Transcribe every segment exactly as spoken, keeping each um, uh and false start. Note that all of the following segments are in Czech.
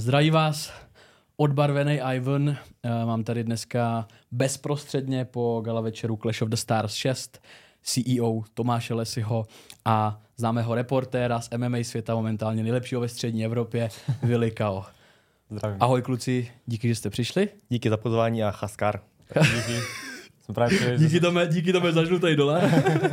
Zdraví vás odbarvený Ivan. Uh, mám tady dneska bezprostředně po gala večeru Clash of the Stars šest C E O Tomáše Lesiho a známého reportéra z M M A světa, momentálně nejlepšího ve střední Evropě, Willy Kao. Zdravím. Ahoj kluci, díky, že jste přišli. Díky za pozvání a chaskar. Díky. Jsem právě díky, tome, díky tome zažnu tady dole.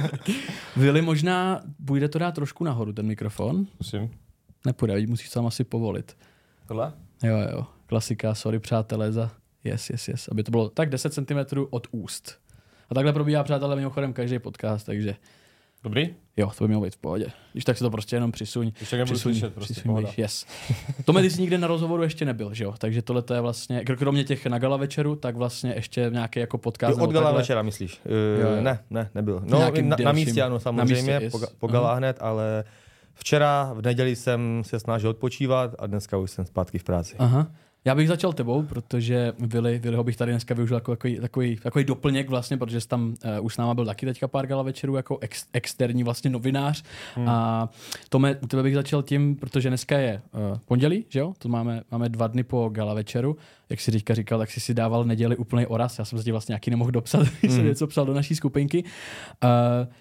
Willy, možná půjde to dát trošku nahoru, ten mikrofon. Musím. Nepůjde, musíš sám asi povolit. Tohle? Jo, jo. Klasika, sorry přátelé za yes, yes, yes. Aby to bylo tak deset centimetrů od úst. A takhle probíhá, přátelé, mimochodem každý podcast, takže... Dobrý? Jo, to by mělo být v pohodě. Když tak se to prostě jenom přisuň. Když tak nebudu slyšet, prostě přisuň, pohoda. Yes. Tome, ty jsi nikde na rozhovoru ještě nebyl, že jo? Takže tohle to je vlastně, kromě těch na gala večeru, tak vlastně ještě nějaký jako podcast. Jo, od gala večera myslíš? Uh, Jo, jo. Ne, ne, nebyl. No, na, Nějakým na místě delším- ano, na samozřejmě, místě, yes. po, po gala hned, ale včera v neděli jsem se snažil odpočívat a dneska už jsem zpátky v práci. Aha. Já bych začal tebou, protože Willy, Willyho bych tady dneska využil jako takový, takový, takový doplněk vlastně, protože jsi tam uh, už s náma byl taky teďka pár gala večerů jako ex, externí vlastně novinář. Hmm. A Tome, u tebe bych začal tím, protože dneska je uh, pondělí, že jo? To máme, máme dva dny po gala večeru. Jak si teďka říkal, tak jsi si dával neděli úplný oraz. Já jsem se ti vlastně nějaký nemohl dopsat, když jsem Hmm. něco psal do naší skupinky. Uh,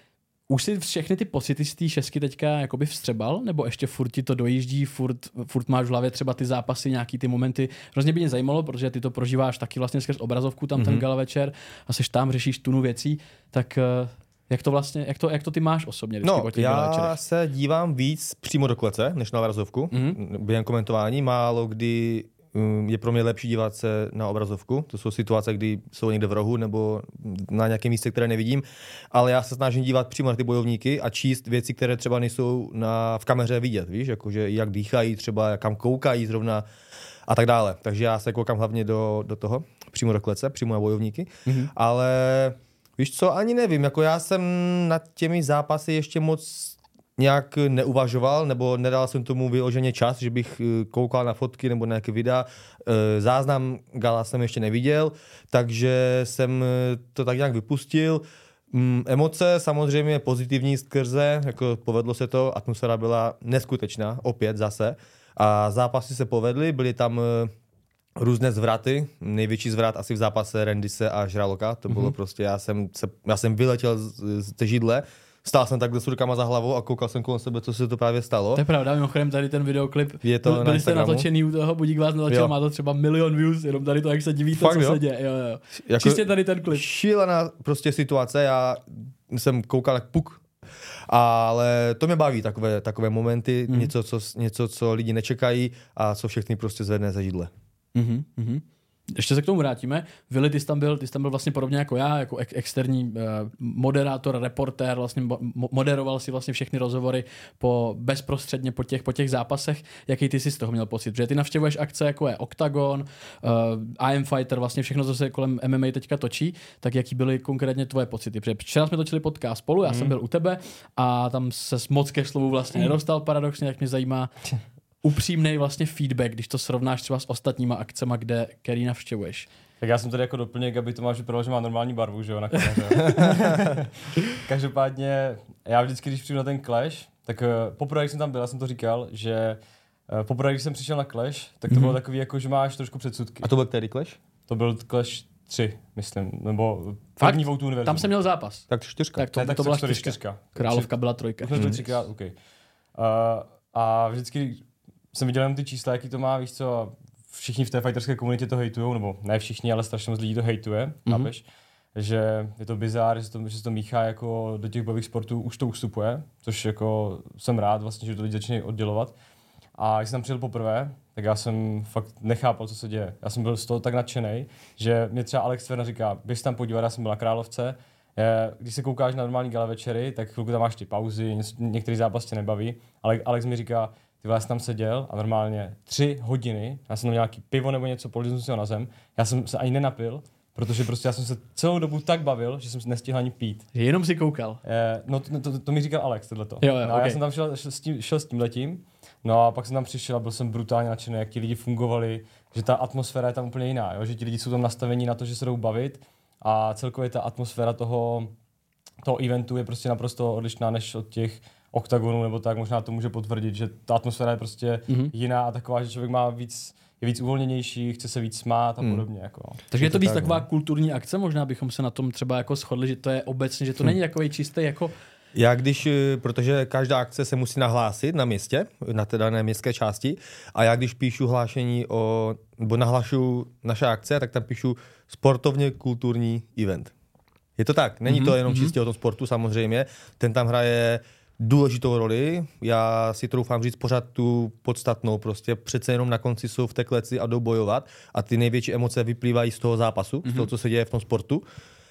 Už si všechny ty pocity z té šestky teďka jakoby vstřebal, nebo ještě furt ti to dojíždí, furt, furt máš v hlavě třeba ty zápasy, nějaký ty momenty. Hrozně by mě zajímalo, protože ty to prožíváš taky vlastně skrz obrazovku, tam mm-hmm. ten gala večer a seš tam, řešíš tunu věcí, tak jak to vlastně, jak to, jak to ty máš osobně vždycky No, po těch gala já večerech? se dívám víc přímo do klece, než na obrazovku, Mhm. během komentování. Málo kdy um, je pro mě lepší dívat se na obrazovku. To jsou situace, kdy jsou někde v rohu nebo na nějakém místě, které nevidím. Ale já se snažím dívat přímo na ty bojovníky a číst věci, které třeba nejsou na, v kameře vidět. Víš, jakože jak dýchají, třeba kam koukají zrovna a tak dále. Takže já se koukám hlavně do, do toho, přímo do klece, přímo na bojovníky. Mhm. Ale víš co, ani nevím. Jako já jsem nad těmi zápasy ještě moc nějak neuvažoval, nebo nedal jsem tomu vyloženě čas, že bych eh, koukal na fotky nebo nějaké videa. Eh, Záznam gala jsem ještě neviděl, takže jsem eh, to tak nějak vypustil. Mm, Emoce samozřejmě pozitivní skrze, jako povedlo se to, atmosféra byla neskutečná, opět zase. A zápasy se povedly, byly tam eh, různé zvraty. Největší zvrat asi v zápase Randise a Žraloka. To bylo Mhm. prostě, já jsem, se, já jsem vyletěl z, z té židle. Stál jsem takhle s rukama za hlavou a koukal jsem kolem sebe, co se to právě stalo. To je pravda, mimochodem tady ten videoklip, Je to byl- na byli jste Instagramu. natočený u toho, Budík vás natočil, Jo. má to třeba milion views, jenom tady to, jak se divíte, Fakt, co jo? se děje. Jo, jo. Jako Čistě tady ten klip. šílená prostě situace, já jsem koukal jak puk. Ale to mě baví, takové, takové momenty, Mhm. něco, co, něco, co lidi nečekají a co všechny prostě zvedne ze židle. Mhm, mhm. Ještě se k tomu vrátíme. Willy, ty jsi tam byl, ty jsi tam byl vlastně podobně jako já, jako ex- externí uh, moderátor, reportér, vlastně mo- moderoval si vlastně všechny rozhovory po, bezprostředně po těch, po těch zápasech. Jaký ty jsi z toho měl pocit? Protože ty navštěvuješ akce, jako je Octagon, uh, I Am Fighter, vlastně všechno, co se kolem M M A teďka točí, tak jaký byly konkrétně tvoje pocity? Protože včera jsme točili podcast spolu, já Mhm. jsem byl u tebe a tam se moc ke slovu vlastně nedostal paradoxně, jak mě zajímá upřímnej vlastně feedback, když to srovnáš třeba s ostatníma akcema, kde, který navštěvuješ. Tak já jsem tady jako doplněk, aby Tomáš vypadalo, že má normální barvu, že jo, na kameře. Každopádně, já vždycky, když přijdu na ten Clash, tak uh, poprvé, když jsem tam byl, já jsem to říkal, že uh, poprvé, když jsem přišel na Clash, tak to Mhm. bylo takový, jako, že máš trošku předsudky. A to byl který Clash? To byl Clash tři, myslím, nebo Fakt? první Vote Univerzum. Tam jsem měl zápas. Tak čtyřka. Tak to, Ne, tak to byla čtyři, čtyřka. čtyřka. Královka byla trojka. Už jsme to třikrát, OK. Uh, a vždycky jsem viděl jenom ty čísla, jaký to má, víš co, a všichni v té fighterské komunitě to hejtujou, nebo ne všichni, ale strašně moc lidí to hejtuje, Mhm. chápeš? Že je to bizár, že se to, že se to míchá jako do těch bojových sportů, už to ustupuje, což jako jsem rád vlastně, že to lidi začínají oddělovat. A když jsem tam přijel poprvé, tak já jsem fakt nechápal, co se děje. Já jsem byl z toho tak nadšenej, že mě třeba Alex Cverna říká, běž tam podívat, já jsem byl na Královce. Je, když se koukáš na normální gala večery, tak chvilku tam máš ty pauzy, něco, některý zápas tě nebaví, ale Alex mi říká, ty vole, já jsem tam seděl a normálně tři hodiny, já jsem tam měl nějaký pivo nebo něco, položil jsem si ho na zem, já jsem se ani nenapil, protože prostě já jsem se celou dobu tak bavil, že jsem se nestihl ani pít. Že jenom si koukal. Je, no to, to, to mi říkal Alex, tohleto. Jo, jo, no, a okay. já jsem tam šel, šel, s tím, šel s tím letím, no a pak jsem tam přišel a byl jsem brutálně nadšený, jak ti lidi fungovali, že ta atmosféra je tam úplně jiná, jo? Že ti lidi jsou tam nastavení na to, že se jdou bavit a celkově ta atmosféra toho, toho eventu je prostě naprosto odlišná než od těch oktagonu nebo tak, možná to může potvrdit, že ta atmosféra je prostě mm-hmm. jiná a taková, že člověk má víc, je víc uvolněnější, chce se víc smát a mm. podobně. Jako. Takže je to, to víc tak, taková no. kulturní akce, možná bychom se na tom třeba jako shodli, že to je obecně, že to hmm. není takový čistý jako... Já když, protože každá akce se musí nahlásit na městě, na té dané městské části, a já když píšu hlášení o, nebo nahlašu naše akce, tak tam píšu sportovně kulturní event. Je to tak, není mm-hmm. to jenom čistě o tom sportu samozřejmě, ten tam hraje důležitou roli, já si troufám říct pořád tu podstatnou, prostě přece jenom na konci jsou v té kleci a jdou bojovat a ty největší emoce vyplývají z toho zápasu, mm-hmm. z toho, co se děje v tom sportu.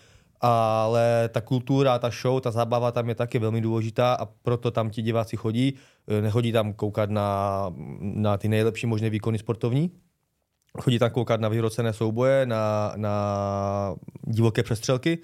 Ale ta kultura, ta show, ta zábava tam je taky velmi důležitá a proto tam ti diváci chodí. Nechodí tam koukat na, na ty nejlepší možné výkony sportovní. Chodí tam koukat na vyhrocené souboje, na, na divoké přestřelky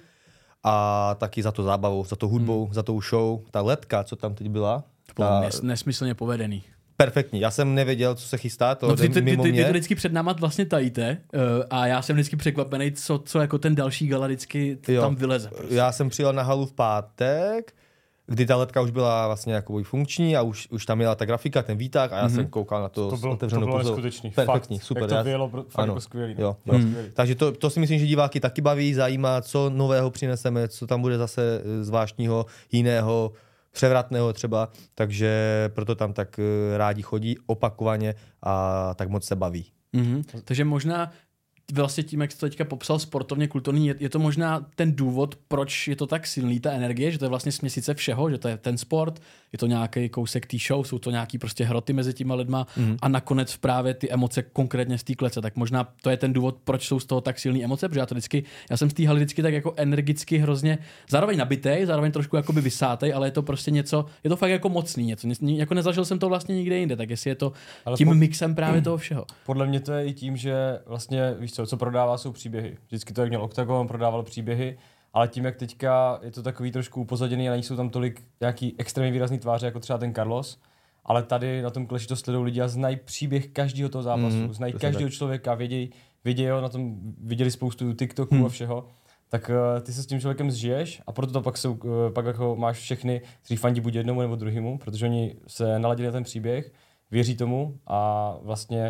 a taky za to zábavou, za to hudbou, hmm. za tou show. Ta letka, co tam teď byla. To bylo ta... nesmyslně povedený. Perfektní. Já jsem nevěděl, co se chystá. To no, ty, ty, mimo ty, ty, mě. ty to vždycky před náma vlastně tajíte uh, a já jsem vždycky překvapený, co, co jako ten další gala vždycky jo. tam vyleze. Prostě. Já jsem přijel na halu v pátek, kdy ta letka už byla vlastně jako funkční a už, už tam měla ta grafika, ten výtah a já mm-hmm. jsem koukal na to, to bylo, s otevřenou to bylo pozou. neskutečný. Perfektní, fakt, super. Jak to já... bylo fakt ano. jako skvělý. Jo, jo. Mm. Takže to, to si myslím, že diváky taky baví, zajímá, co nového přineseme, co tam bude zase zvláštního, jiného, převratného třeba, takže proto tam tak rádi chodí opakovaně a tak moc se baví. Mm-hmm. Takže možná vlastně tím, jak jsi to teďka popsal sportovně, kulturní, je, je to možná ten důvod, proč je to tak silný, ta energie, že to je vlastně směsice všeho, že to je ten sport, je to nějaký kousek té show, jsou to nějaký prostě hroty mezi těma lidma mm. a nakonec právě ty emoce konkrétně z té klece. Tak možná to je ten důvod, proč jsou z toho tak silný emoce, protože já to vždycky, já jsem z té haly vždycky tak jako energicky hrozně, zároveň nabitej, zároveň trošku jakoby vysátej, ale je to prostě něco, je to fakt jako mocný něco, jako nezažil jsem to vlastně nikde jinde, tak jestli je to ale tím po... mixem právě toho všeho. Podle mě to je i tím, že vlastně víš co, co prodává jsou příběhy. Vždycky to jak měl Octagon, prodával příběhy, ale tím jak teďka je to takový trošku upozaděný a nejsou tam tolik nějaký extrémně výrazný tváře jako třeba ten Carlos, ale tady na tom Clashi to sledují lidi a znají příběh každého toho zápasu, mm, znají každého tak. člověka, vědějí, vědějí ho, na tom viděli spoustu TikToků mm. a všeho. Tak uh, ty se s tím člověkem zžiješ a proto to pak, jsou, uh, pak jako máš všechny, kteří fandí buď jednomu nebo druhému, protože oni se naladili na ten příběh, věří tomu a vlastně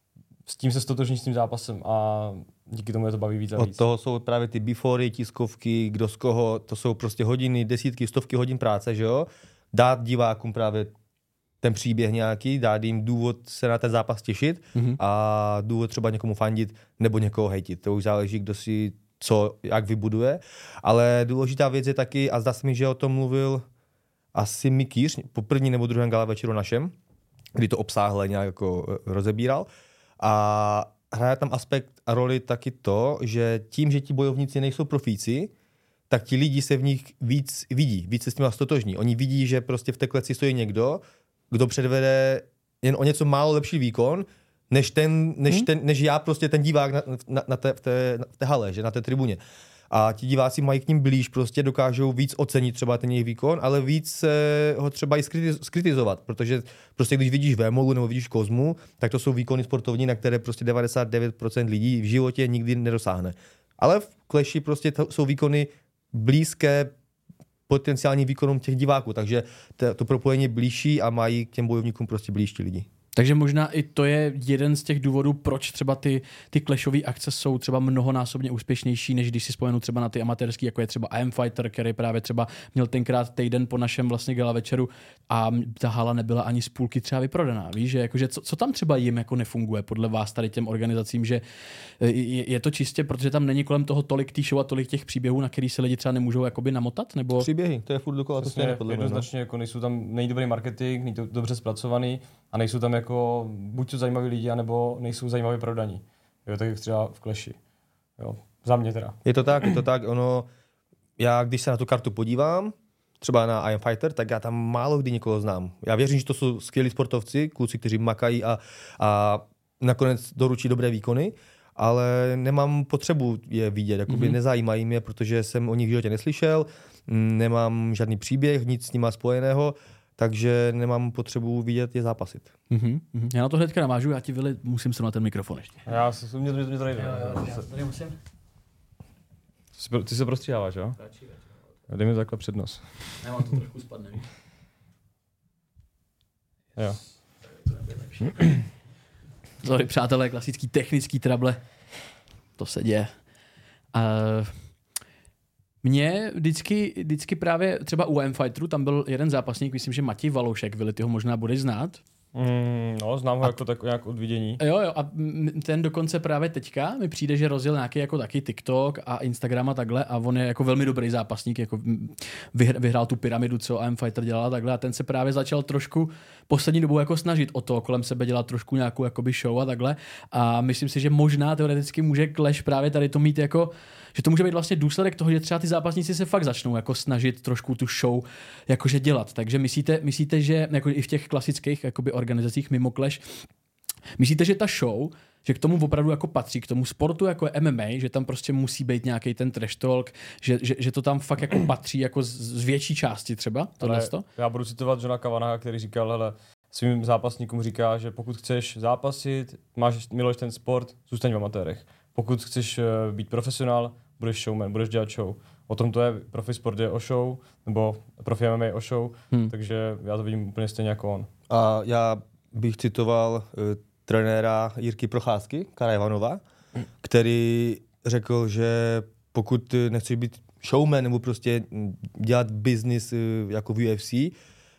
s tím se stotožní s tím zápasem a díky tomu je to baví víc a víc. Od toho jsou právě ty beforey, tiskovky, kdo z koho, to jsou prostě hodiny, desítky, stovky hodin práce, že jo? Dát divákům právě ten příběh nějaký, dát jim důvod se na ten zápas těšit mm-hmm. a důvod třeba někomu fandit nebo někoho hejtit. To už záleží, kdo si co, jak vybuduje. Ale důležitá věc je taky, a zdá se mi, že o tom mluvil asi Mikýř po první nebo druhém gala večeru našem, kdy to obsáhle nějak jako rozebíral. A hraje tam aspekt a roli taky to, že tím, že ti bojovníci nejsou profíci, tak ti lidi se v nich víc vidí, víc se s nimi stotožní. Oni vidí, že prostě v té kleci stojí někdo, kdo předvede jen o něco málo lepší výkon, než, ten, než, hmm. ten, než já prostě ten divák na, na, na, té, v, té, v té hale, že na té tribuně. A ti diváci mají k ním blíž, prostě dokážou víc ocenit třeba ten jejich výkon, ale víc eh, ho třeba i skritizovat, protože prostě když vidíš Vémolu nebo vidíš Kozmu, tak to jsou výkony sportovní, na které prostě devadesát devět procent lidí v životě nikdy nedosáhne. Ale v Clashi prostě to jsou výkony blízké potenciálním výkonům těch diváků, takže to, to propojení je blížší a mají k těm bojovníkům prostě blížší lidi. Takže možná i to je jeden z těch důvodů, proč třeba ty, ty clashové akce jsou třeba mnohonásobně úspěšnější, než když si vzpomenu třeba na ty amatérský, jako je třeba I Am Fighter, který právě třeba měl tenkrát týden po našem vlastně gala večeru a ta hala nebyla ani z půlky třeba vyprodaná. Víš, že jakože co, co tam třeba jim jako nefunguje podle vás tady těm organizacím, že je, je to čistě, protože tam není kolem toho tolik tý show a tolik těch příběhů, na který se lidi třeba nemůžou jakoby namotat, nebo příběhy, to je furt dokola, to stejně podle mě. Jednoznačně jako nejsou tam, není dobrý marketing, není to dobře zpracovaný a nejsou tam jako buď to zajímaví lidi, anebo nejsou zajímaví prodaní. Jo, tak jak třeba v Clashi. Jo, za mě teda. Je to tak, je to tak, ono, já když se na tu kartu podívám, třeba na I Am Fighter, tak já tam málo kdy někoho znám. Já věřím, že to jsou skvělí sportovci, kluci, kteří makají a, a nakonec doručí dobré výkony, ale nemám potřebu je vidět, jakoby mm-hmm. nezajímají mě, protože jsem o nich v životě neslyšel, nemám žádný příběh, nic s nima spojeného, takže nemám potřebu vidět je zápasit. Mm-hmm. Já na to hnedka navážu, já ti Vili, musím se na ten mikrofon ještě. Já se mě to, mě to nejde. Já tady musím. Ty se prostříháváš, jo? Dej mi takhle před nos. Já mám to trošku spadne, víš? Jo. Sorry, přátelé, klasický technický trable. To se děje. Uh, Mně vždycky, vždycky právě třeba u M Fighteru, tam byl jeden zápasník, myslím, že Matěj Valoušek, Vili, ty ho možná budeš znát. Mm, no, znám ho a jako tak nějak od vidění. Jo, jo, a ten dokonce právě teďka mi přijde, že rozjel nějaký jako taky TikTok a Instagram a takhle a on je jako velmi dobrý zápasník, jako vyhrál tu pyramidu, co M Fighter dělal a takhle a ten se právě začal trošku poslední dobou jako snažit o to, kolem sebe dělat trošku nějakou jakoby show a takhle a myslím si, že možná teoreticky může Clash právě tady to mít jako, že to může být vlastně důsledek toho, že třeba ty zápasníci se fakt začnou jako snažit trošku tu show jakože dělat. Takže myslíte, myslíte že jako i v těch klasických jakoby organizacích mimo Clash, myslíte, že ta show, že k tomu opravdu jako patří, k tomu sportu jako je M M A, že tam prostě musí být nějaký ten trash talk, že, že, že to tam fakt jako patří jako z, z větší části třeba? Tohleto? Já budu citovat Johna Cavanaugha, který říkal, hele, svým zápasníkům říká, že pokud chceš zápasit, máš miluješ ten sport, zůstaň v amatérech. Pokud chceš být profesionál, budeš showman, budeš dělat show. O tom to je, profi sport je o show, nebo profi M M A je o show, hmm. takže já to vidím úplně stejně jako on. A já bych citoval uh, trenéra Jirky Procházky, Kara Ivanova, hmm. který řekl, že pokud nechceš být showman nebo prostě dělat business uh, jako v U F C,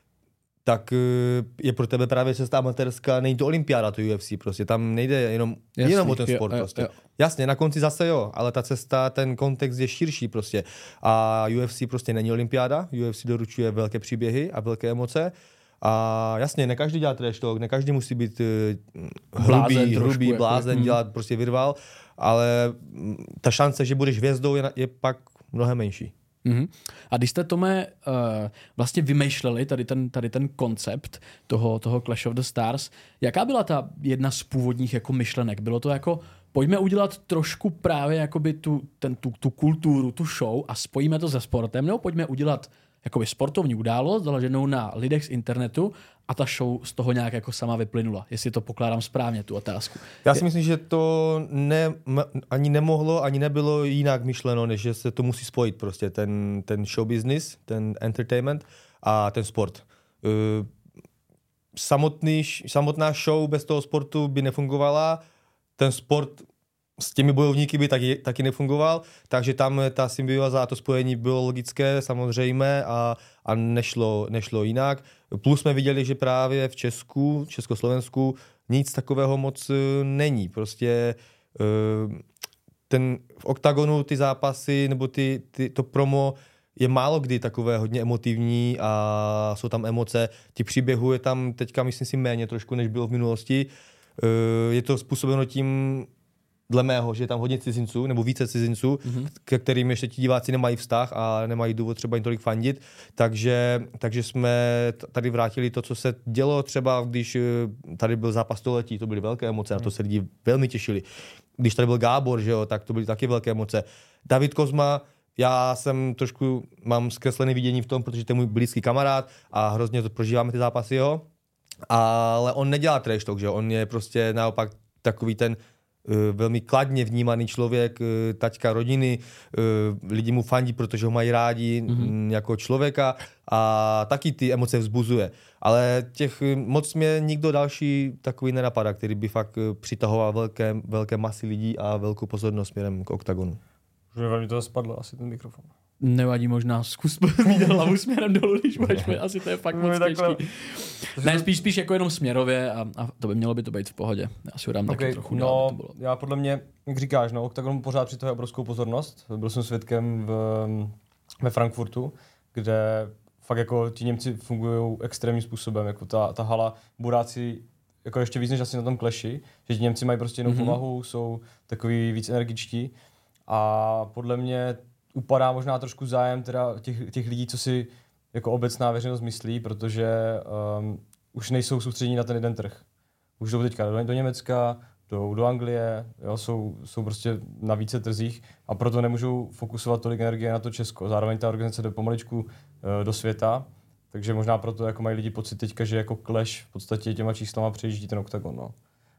tak je pro tebe právě cesta amatérská, není to olympiáda, to U F C, prostě tam nejde jenom, Jasný, jenom o ten sport jo, prostě. Jo, jo. Jasně, na konci zase jo, ale ta cesta, ten kontext je širší prostě. A U F C prostě není olympiáda, U F C doručuje velké příběhy a velké emoce. A jasně, ne každý dělá trash talk, ne každý musí být uh, hrubý, blázen, hrubý, trošku, blázen, jako, dělat prostě virval, ale ta šance, že budeš hvězdou, je, je pak mnohem menší. Mm-hmm. A když jste, Tome, uh, vlastně vymýšleli tady ten, tady ten koncept toho, toho Clash of the Stars, jaká byla ta jedna z původních jako myšlenek? Bylo to jako, pojďme udělat trošku právě jakoby tu, ten, tu, tu kulturu, tu show a spojíme to se sportem, nebo pojďme udělat jakoby sportovní událost založenou na lidech z internetu a ta show z toho nějak jako sama vyplynula. Jestli to pokládám správně, tu otázku. Já si myslím, že to ne, ani nemohlo, ani nebylo jinak myšleno, než že se to musí spojit prostě ten, ten show business, ten entertainment a ten sport. Samotný, samotná show bez toho sportu by nefungovala, ten sport s těmi bojovníky by taky, taky nefungoval, takže tam ta symbioza a to spojení bylo logické, samozřejmé a, a nešlo, nešlo jinak. Plus jsme viděli, že právě v Česku, Československu nic takového moc není. Prostě ten, v oktagonu ty zápasy nebo ty, ty, to promo je málo kdy takové hodně emotivní a jsou tam emoce. Těch příběhů je tam teďka, myslím si, méně trošku, než bylo v minulosti. Je to způsobeno tím, dle mého, že je tam hodně cizinců, nebo více cizinců, mm-hmm. ke kterým ještě ti diváci nemají vztah a nemají důvod třeba jim tolik fandit. Takže, takže jsme tady vrátili to, co se dělo třeba, když tady byl zápas století, to byly velké emoce, mm. na to se lidi velmi těšili. Když tady byl Gábor, že jo, tak to byly taky velké emoce. David Kozma, já jsem trošku, mám zkreslené vidění v tom, protože to je můj blízký kamarád a hrozně to prožíváme ty zápasy, jo. Ale on nedělá trash talk, že jo, on je prostě naopak takový ten velmi kladně vnímaný člověk, taťka rodiny, lidi mu fandí, protože ho mají rádi mm-hmm. jako člověka a taky ty emoce vzbuzuje. Ale těch moc mě nikdo další takový nenapadá, který by fakt přitahoval velké, velké masy lidí a velkou pozornost směrem k oktagonu. Že velmi to spadlo asi ten mikrofon. Nevadí, možná zkus mít hlavu směrem dolů, když budeš mít, asi to je fakt moc těžký. Ne, spíš, spíš jako jenom směrově a, a to by mělo by to být v pohodě. Já si ho dám okay, taky trochu no, dál, to bylo. Já podle mě, jak říkáš, no, Oktagon pořád přitahuje obrovskou pozornost. Byl jsem svědkem v, ve Frankfurtu, kde fakt jako ti Němci fungují extrémním způsobem, jako ta, ta hala, Buráci, jako ještě víc než asi na tom Clashi, že ti Němci mají prostě jinou mm-hmm. povahu, jsou takový víc energičtí a podle mě upadá možná trošku zájem teda těch, těch lidí, co si jako obecná veřejnost myslí, protože um, už nejsou soustředění na ten jeden trh. Už jdou teďka do, do Německa, jdou do Anglie, jo, jsou, jsou prostě na více trzích a proto nemůžou fokusovat tolik energie na to Česko. Zároveň ta organizace jde pomaličku uh, do světa, takže možná proto jako mají lidi pocit teďka, že jako Clash v podstatě těma číslama přejíždí ten Oktagon. No.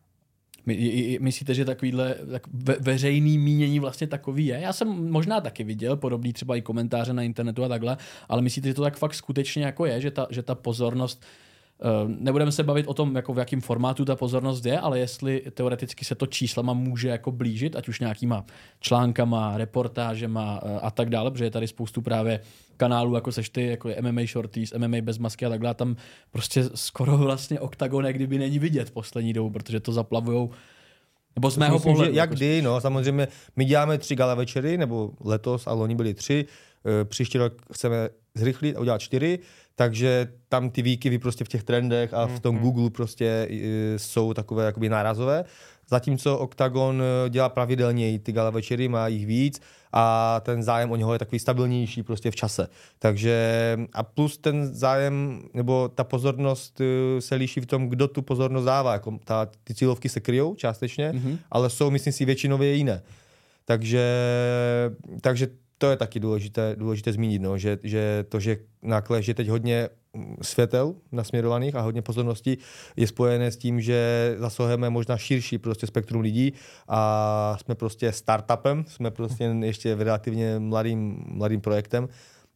My, myslíte, že takovýhle tak ve, veřejný mínění vlastně takový je? Já jsem možná taky viděl podobný třeba i komentáře na internetu a takhle, ale myslíte, že to tak fakt skutečně jako je, že ta, že ta pozornost nebudeme se bavit o tom, jako v jakém formátu ta pozornost je, ale jestli teoreticky se to číslama může jako blížit, ať už nějakýma článkama, reportážema a tak dále, protože je tady spoustu právě kanálů, jako seš ty, jako je M M A Shorties, M M A bez masky a takhle, tam prostě skoro vlastně oktagon, jak kdyby není vidět poslední dobu, protože to zaplavujou. Nebo z mého myslím, pohledu. Jak jako kdy, no, samozřejmě my děláme tři gala večery, nebo letos, ale oni byli tři, příští rok chceme zrychlit a udělat čtyři, takže tam ty výkyvy prostě v těch trendech a v tom mm-hmm. Google prostě jsou takové jakoby nárazové. Zatímco Oktagon dělá pravidelně ty gala večery, má jich víc a ten zájem o něho je takový stabilnější prostě v čase. Takže a plus ten zájem, nebo ta pozornost se liší v tom, kdo tu pozornost dává. Jako ta, ty cílovky se kryjou částečně, mm-hmm. ale jsou, myslím si, většinově jiné. Takže, takže to je taky důležité, důležité zmínit, no, že, že to, že na Clash je teď hodně světel nasměrovaných a hodně pozorností, je spojené s tím, že zasahujeme možná širší prostě spektrum lidí a jsme prostě startupem, jsme prostě ještě relativně mladým, mladým projektem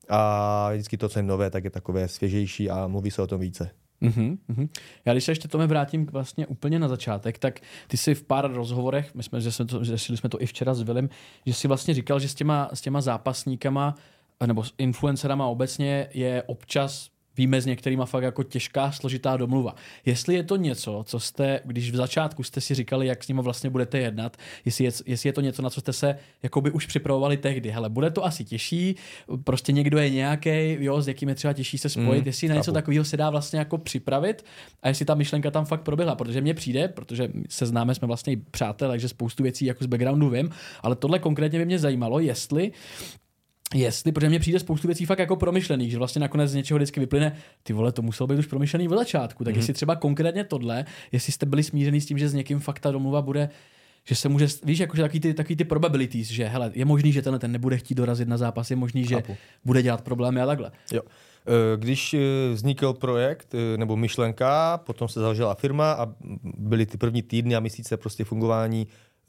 a vždycky to, co je nové, tak je takové svěžejší a mluví se o tom více. Uhum, uhum. Já když se ještě tomu vrátím vlastně úplně na začátek, tak ty si v pár rozhovorech, my jsme, že jsme to, řešili jsme to i včera s Vilem, že si vlastně říkal, že s těma, s těma zápasníkama nebo s influencerama obecně je občas víme s některýma fakt jako těžká, složitá domluva. Jestli je to něco, co jste, když v začátku jste si říkali, jak s nimi vlastně budete jednat, jestli je, jestli je to něco, na co jste se jakoby už připravovali tehdy. Hele, bude to asi těžší, prostě někdo je nějaký, jo, s jakým je třeba těžší se spojit, mm, jestli na něco takového se dá vlastně jako připravit a jestli ta myšlenka tam fakt proběhla, protože mně přijde, protože se známe, jsme vlastně i přátelé, takže spoustu věcí jako z backgroundu vím, ale tohle konkrétně by mě zajímalo, jestli Jestli, protože mně přijde spoustu věcí fakt jako promyšlených, že vlastně nakonec z něčeho vždycky vyplyne, ty vole, to muselo být už promyšlený v začátku, tak mm-hmm. jestli třeba konkrétně tohle, jestli jste byli smířený s tím, že s někým fakt ta domluva bude, že se může, víš, jakože takový ty, takový ty probabilities, že hele, je možný, že tenhle ten nebude chtít dorazit na zápas, je možný, že Chápu. bude dělat problémy a takhle. Jo. Když vznikl projekt nebo myšlenka, potom se založila firma a byly ty první týdny a měsíce prostě fungování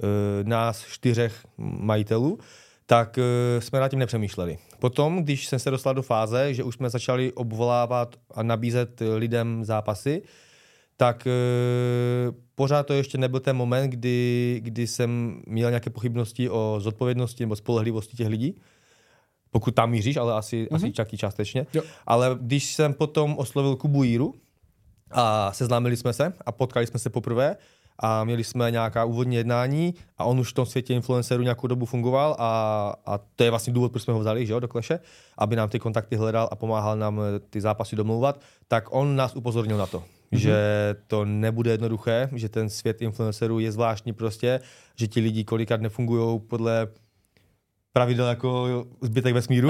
nás čtyřech majitelů, tak uh, jsme nad tím nepřemýšleli. Potom, když jsem se dostal do fáze, že už jsme začali obvolávat a nabízet lidem zápasy, tak uh, pořád to ještě nebyl ten moment, kdy, kdy jsem měl nějaké pochybnosti o zodpovědnosti nebo spolehlivosti těch lidí. Pokud tam míříš, ale asi, mm-hmm. asi taky částečně. Jo. Ale když jsem potom oslovil Kubu Jíru a seznámili jsme se a potkali jsme se poprvé, a měli jsme nějaká úvodní jednání a on už v tom světě influencerů nějakou dobu fungoval a, a to je vlastně důvod, proč jsme ho vzali, že jo, do Clashe, aby nám ty kontakty hledal a pomáhal nám ty zápasy domlouvat, tak on nás upozornil na to, mm-hmm. že to nebude jednoduché, že ten svět influencerů je zvláštní prostě, že ti lidi kolikrát nefungují podle pravidel jako zbytek vesmíru.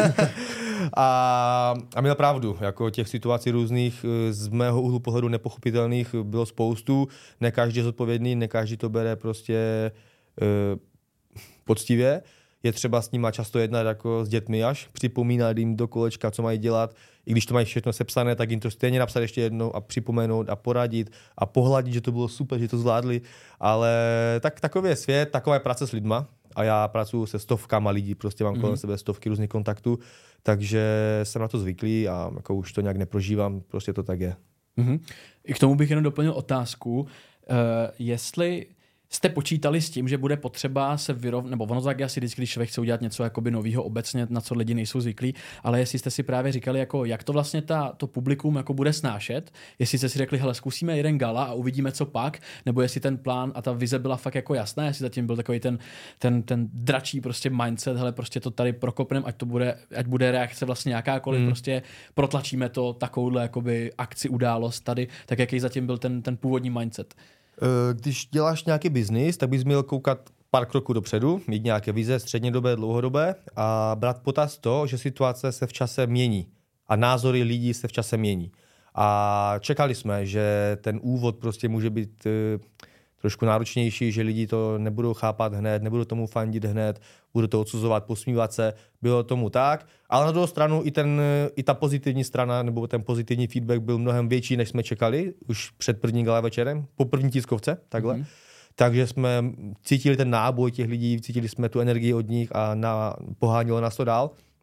A, a měl pravdu, jako těch situací různých z mého úhlu pohledu nepochopitelných bylo spoustu, ne každý je zodpovědný, ne každý to bere prostě e, poctivě. Je třeba s nima často jednat jako s dětmi až, připomínat jim do kolečka, co mají dělat. I když to mají všechno sepsané, tak jim to stejně napsat ještě jednou a připomenout a poradit a pohladit, že to bylo super, že to zvládli. Ale tak takový je svět, taková je práce s lidma. A já pracuji se stovkama lidí, prostě mám kolem mm-hmm. sebe stovky různých kontaktů, takže jsem na to zvyklý a jako už to nějak neprožívám, prostě to tak je. Mm-hmm. I k tomu bych jenom doplnil otázku, uh, jestli jste počítali s tím, že bude potřeba se vyrovnat, nebo ono tak asi vždycky, když člověk chce udělat něco jakoby novýho obecně, na co lidi nejsou zvyklí, ale jestli jste si právě říkali, jako, jak to vlastně ta, to publikum jako bude snášet, jestli jste si řekli, hele, zkusíme jeden gala a uvidíme, co pak, nebo jestli ten plán a ta vize byla fakt jako jasná, jestli zatím byl takový ten, ten, ten dračí prostě mindset, hele, prostě to tady prokopneme, ať to bude, ať bude reakce vlastně jakákoliv, hmm. prostě protlačíme to takovouhle jakoby akci, událost tady, tak jaký zatím byl ten, ten původní mindset. Když děláš nějaký biznis, tak bys měl koukat pár kroků dopředu, mít nějaké vize střednědobé, dlouhodobé a brát potaz to, že situace se v čase mění a názory lidí se v čase mění. A čekali jsme, že ten úvod prostě může být trošku náročnější, že lidi to nebudou chápat hned, nebudou tomu fandit hned, budou to odsuzovat, posmívat se. Bylo tomu tak, ale na druhou stranu i, ten, i ta pozitivní strana nebo ten pozitivní feedback byl mnohem větší, než jsme čekali už před prvním gala večerem, po první tiskovce, takhle. Mm-hmm. Takže jsme cítili ten náboj těch lidí, cítili jsme tu energii od nich a na, pohánilo nás to dál.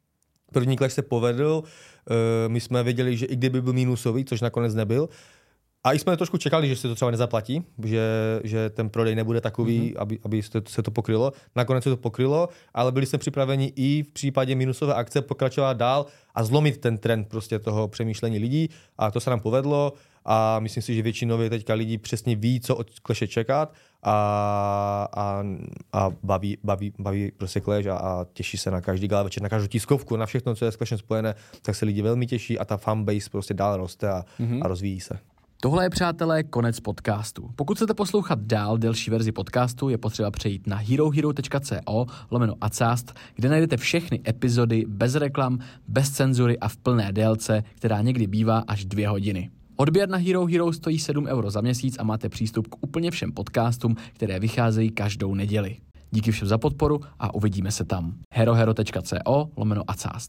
První clash se povedl, my jsme věděli, že i kdyby byl mínusový, což nakonec nebyl, a i jsme trošku čekali, že se to třeba nezaplatí, že, že ten prodej nebude takový, mm-hmm. aby, aby se to pokrylo. Nakonec se to pokrylo, ale byli jsme připraveni i v případě minusové akce pokračovat dál a zlomit ten trend prostě toho přemýšlení lidí a to se nám povedlo a myslím si, že většinově teďka lidi přesně ví, co od Clashe čekat a, a, a baví, baví, baví prostě Clash a, a těší se na každý gala večer, na každou tiskovku, na všechno, co je s Clashem spojené, tak se lidi velmi těší a ta fanbase prostě dál roste a, mm-hmm. a rozvíjí se. Tohle je, přátelé, konec podcastu. Pokud chcete poslouchat dál delší verzi podcastu, je potřeba přejít na herohero.co lomeno acast, kde najdete všechny epizody bez reklam, bez cenzury a v plné délce, která někdy bývá až dvě hodiny. Odběr na Hero Hero stojí sedm euro za měsíc a máte přístup k úplně všem podcastům, které vycházejí každou neděli. Díky všem za podporu a uvidíme se tam. herohero.co lomeno acast.